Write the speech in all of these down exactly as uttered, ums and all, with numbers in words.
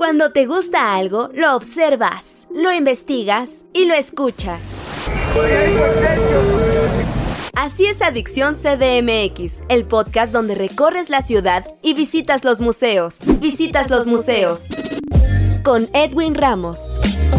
Cuando te gusta algo, lo observas, lo investigas y lo escuchas. Así es Adicción C D M X, el podcast donde recorres la ciudad y visitas los museos. Visitas los museos. Con Edwin Ramos.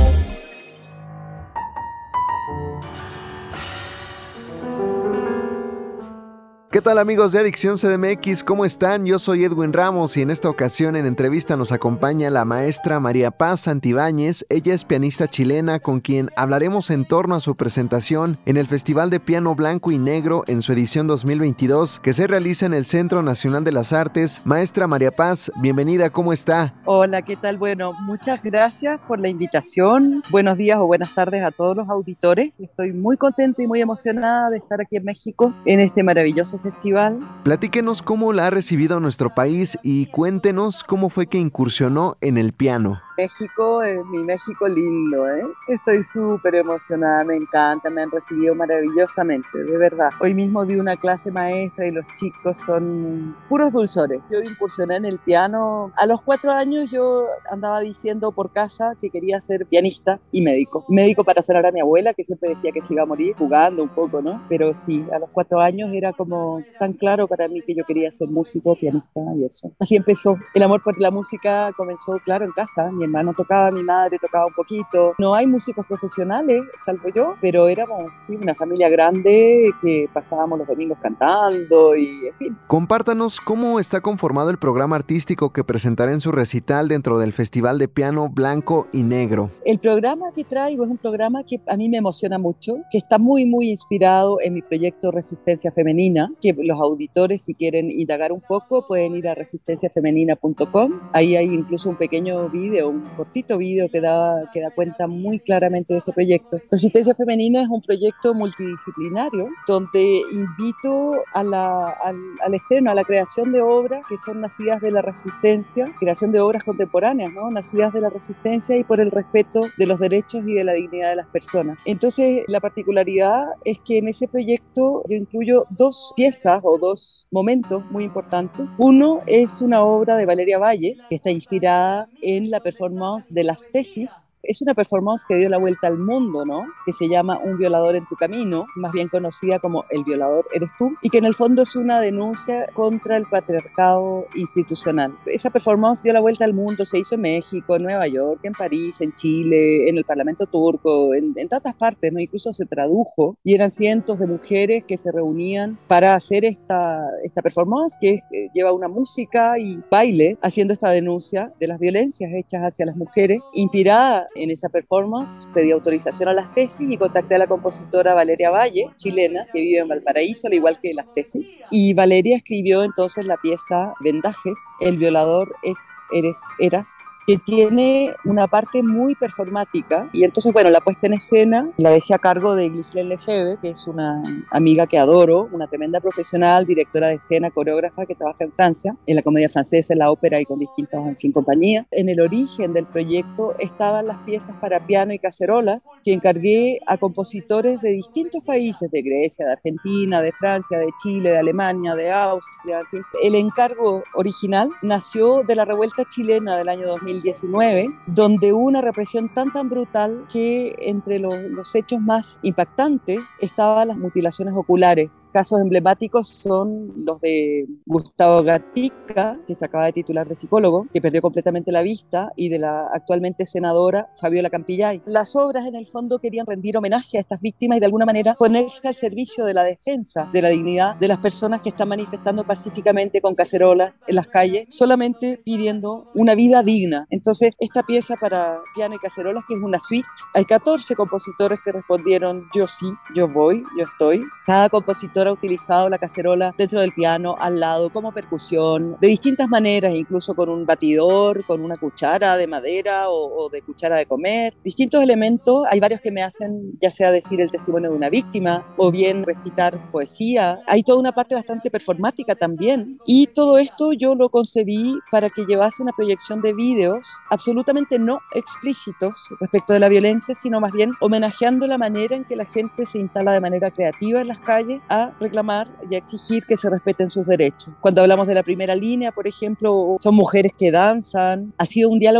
¿Qué tal amigos de Adicción C D M X? ¿Cómo están? Yo soy Edwin Ramos y en esta ocasión en entrevista nos acompaña la maestra María Paz Santibáñez. Ella es pianista chilena con quien hablaremos en torno a su presentación en el Festival de Piano Blanco y Negro en su edición dos mil veintidós que se realiza en el Centro Nacional de las Artes. Maestra María Paz, bienvenida, ¿cómo está? Hola, ¿qué tal? Bueno, muchas gracias por la invitación. Buenos días o buenas tardes a todos los auditores. Estoy muy contenta y muy emocionada de estar aquí en México en este maravilloso festival. Platíquenos cómo la ha recibido nuestro país y cuéntenos cómo fue que incursionó en el piano. México es mi México lindo, ¿eh? Estoy súper emocionada, me encanta, me han recibido maravillosamente, de verdad. Hoy mismo di una clase maestra y los chicos son puros dulzores. Yo incursioné en el piano. A los cuatro años yo andaba diciendo por casa que quería ser pianista y médico. Médico para sanar a mi abuela, que siempre decía que se iba a morir, jugando un poco, ¿no? Pero sí, a los cuatro años era como tan claro para mí que yo quería ser músico, pianista y eso. Así empezó. El amor por la música comenzó, claro, en casa. Mi hermano tocaba, mi madre tocaba un poquito. No hay músicos profesionales, salvo yo, pero éramos sí, una familia grande que pasábamos los domingos cantando y en fin. Compártanos cómo está conformado el programa artístico que presentará en su recital dentro del Festival de Piano Blanco y Negro. El programa que traigo es un programa que a mí me emociona mucho, que está muy, muy inspirado en mi proyecto Resistencia Femenina, que los auditores, si quieren indagar un poco, pueden ir a resistencia femenina punto com. Ahí hay incluso un pequeño video, un cortito video que da, que da cuenta muy claramente de ese proyecto. Resistencia Femenina es un proyecto multidisciplinario donde invito a la, al, al estreno, a la creación de obras que son nacidas de la resistencia, creación de obras contemporáneas, ¿no? Nacidas de la resistencia y por el respeto de los derechos y de la dignidad de las personas. Entonces, la particularidad es que en ese proyecto yo incluyo dos piezas o dos momentos muy importantes. Uno es una obra de Valeria Valle que está inspirada en la performance de Las Tesis. Es una performance que dio la vuelta al mundo, ¿no? Que se llama Un violador en tu camino, más bien conocida como El violador eres tú, y que en el fondo es una denuncia contra el patriarcado institucional. Esa performance dio la vuelta al mundo, se hizo en México, en Nueva York, en París, en Chile, en el Parlamento turco, en, en tantas partes, ¿no? Incluso se tradujo y eran cientos de mujeres que se reunían para hacer esta, esta performance que es, eh, lleva una música y baile haciendo esta denuncia de las violencias hechas hacia las mujeres. Inspirada en esa performance, pedí autorización a Las Tesis y contacté a la compositora Valeria Valle, chilena, que vive en Valparaíso, al igual que Las Tesis. Y Valeria escribió entonces la pieza Vendajes, El violador es, eres, eras, que tiene una parte muy performática. Y entonces, bueno, la puesta en escena la dejé a cargo de Ghislaine Lefebvre, que es una amiga que adoro, una tremenda profesional, directora de escena, coreógrafa, que trabaja en Francia, en la comedia francesa, en la ópera y con distintas, en fin, compañías. En el origen del proyecto estaban las piezas para piano y cacerolas que encargué a compositores de distintos países, de Grecia, de Argentina, de Francia, de Chile, de Alemania, de Austria, en fin. El encargo original nació de la revuelta chilena del año dos mil diecinueve, donde hubo una represión tan tan brutal que entre los, los hechos más impactantes estaban las mutilaciones oculares. Casos emblemáticos son los de Gustavo Gatica, que se acaba de titular de psicólogo, que perdió completamente la vista, y de la actualmente senadora Fabiola Campillay. Las obras en el fondo querían rendir homenaje a estas víctimas y de alguna manera ponerse al servicio de la defensa de la dignidad de las personas que están manifestando pacíficamente con cacerolas en las calles, solamente pidiendo una vida digna. Entonces, esta pieza para piano y cacerolas, que es una suite, hay catorce compositores que respondieron yo sí, yo voy, yo estoy. Cada compositor ha utilizado la cacerola dentro del piano, al lado, como percusión, de distintas maneras, incluso con un batidor, con una cuchara de madera o, o de cuchara de comer, distintos elementos. Hay varios que me hacen ya sea decir el testimonio de una víctima o bien recitar poesía. Hay toda una parte bastante performática también, y todo esto yo lo concebí para que llevase una proyección de vídeos absolutamente no explícitos respecto de la violencia, sino más bien homenajeando la manera en que la gente se instala de manera creativa en las calles a reclamar y a exigir que se respeten sus derechos. Cuando hablamos de la primera línea, por ejemplo, son mujeres que danzan. Ha sido un diálogo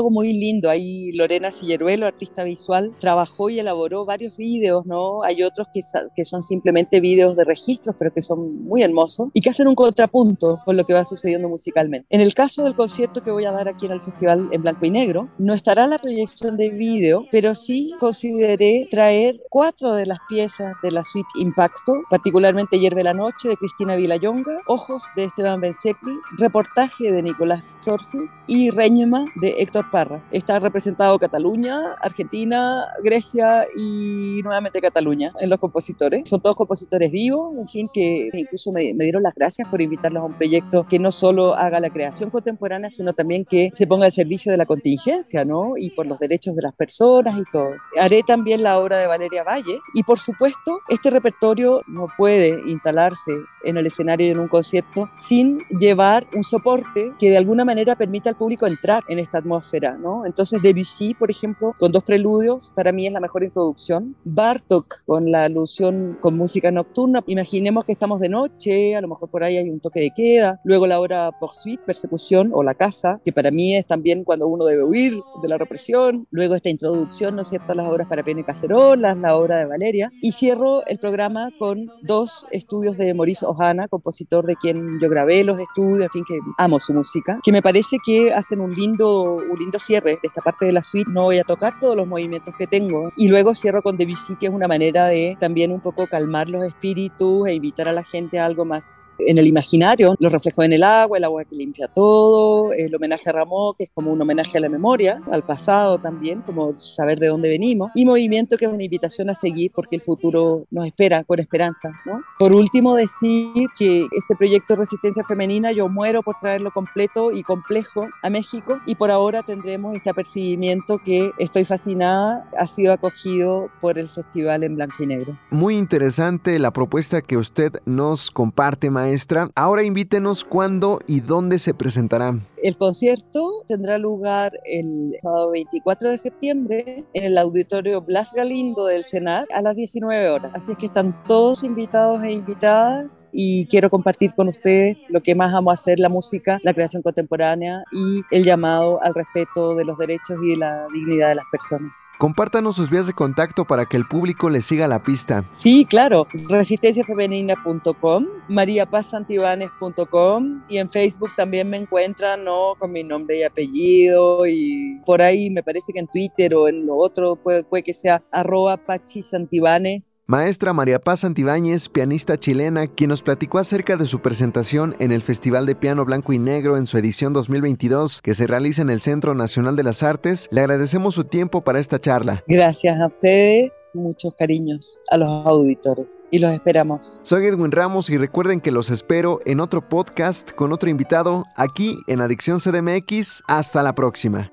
trabajo muy lindo. Ahí Lorena Silleruelo, artista visual, trabajó y elaboró varios vídeos, ¿no? Hay otros que, que son simplemente vídeos de registros, pero que son muy hermosos y que hacen un contrapunto con lo que va sucediendo musicalmente. En el caso del concierto que voy a dar aquí en el festival en blanco y negro, no estará la proyección de vídeo, pero sí consideré traer cuatro de las piezas de la suite Impacto, particularmente Hierve la Noche de Cristina Villayonga, Ojos de Esteban Bensecli, Reportaje de Nicolás Sorsis y Reñema de Héctor Parra. Está representado Cataluña, Argentina, Grecia y nuevamente Cataluña en los compositores. Son todos compositores vivos, en fin, que incluso me, me dieron las gracias por invitarlos a un proyecto que no solo haga la creación contemporánea, sino también que se ponga al servicio de la contingencia, ¿no? Y por los derechos de las personas y todo. Haré también la obra de Valeria Valle y, por supuesto, este repertorio no puede instalarse en el escenario y en un concierto sin llevar un soporte que de alguna manera permita al público entrar en esta atmósfera, ¿no? Entonces Debussy, por ejemplo, con dos preludios, para mí es la mejor introducción. Bartók con la alusión con música nocturna. Imaginemos que estamos de noche, a lo mejor por ahí hay un toque de queda. Luego la obra Poursuite, Persecución o La Casa, que para mí es también cuando uno debe huir de la represión. Luego esta introducción, ¿no es cierto?, a las obras para piano y cacerolas, la obra de Valeria. Y cierro el programa con dos estudios de Maurice Ohana, compositor de quien yo grabé los estudios, en fin, que amo su música, que me parece que hacen un lindo, un lindo cierre de esta parte de la suite. No voy a tocar todos los movimientos que tengo. Y luego cierro con Debussy, que es una manera de también un poco calmar los espíritus e invitar a la gente a algo más en el imaginario. Los reflejos en el agua, el agua que limpia todo, el homenaje a Rameau, que es como un homenaje a la memoria, al pasado también, como saber de dónde venimos, y movimiento, que es una invitación a seguir porque el futuro nos espera con esperanza, ¿no? Por último, decir que este proyecto Resistencia Femenina yo muero por traerlo completo y complejo a México, y por ahora tendremos este apercibimiento que estoy fascinada, ha sido acogido por el festival en blanco y negro. Muy interesante la propuesta que usted nos comparte, maestra. Ahora invítenos cuándo y dónde se presentará. El concierto tendrá lugar el sábado veinticuatro de septiembre en el Auditorio Blas Galindo del CENAR a las diecinueve horas. Así es que están todos invitados e invitadas y quiero compartir con ustedes lo que más amo hacer, la música, la creación contemporánea y el llamado al respeto de los derechos y de la dignidad de las personas. Compártanos sus vías de contacto para que el público le siga la pista. Sí, claro. resistencia femenina punto com, maría paz santibáñez punto com y en Facebook también me encuentran, ¿no?, con mi nombre y apellido, y por ahí me parece que en Twitter o en lo otro puede, puede que sea arroba Pachi Santibáñez. Maestra María Paz Santibáñez, pianista chilena, quien nos platicó acerca de su presentación en el Festival de Piano Blanco y Negro en su edición dos mil veintidós, que se realiza en el Centro Nacional de las Artes. Le agradecemos su tiempo para esta charla. Gracias a ustedes, muchos cariños a los auditores y los esperamos. Soy Edwin Ramos y recuerden que los espero en otro podcast con otro invitado aquí en Adicción C D M X. Hasta la próxima.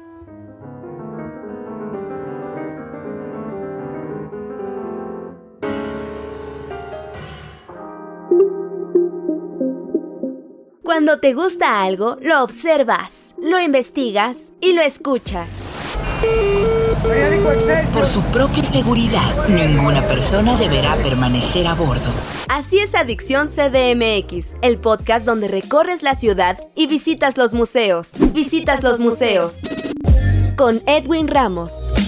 Cuando te gusta algo, lo observas, lo investigas y lo escuchas. Por su propia seguridad, ninguna persona deberá permanecer a bordo. Así es Adicción C D M X, el podcast donde recorres la ciudad y visitas los museos. Visitas los museos. Con Edwin Ramos.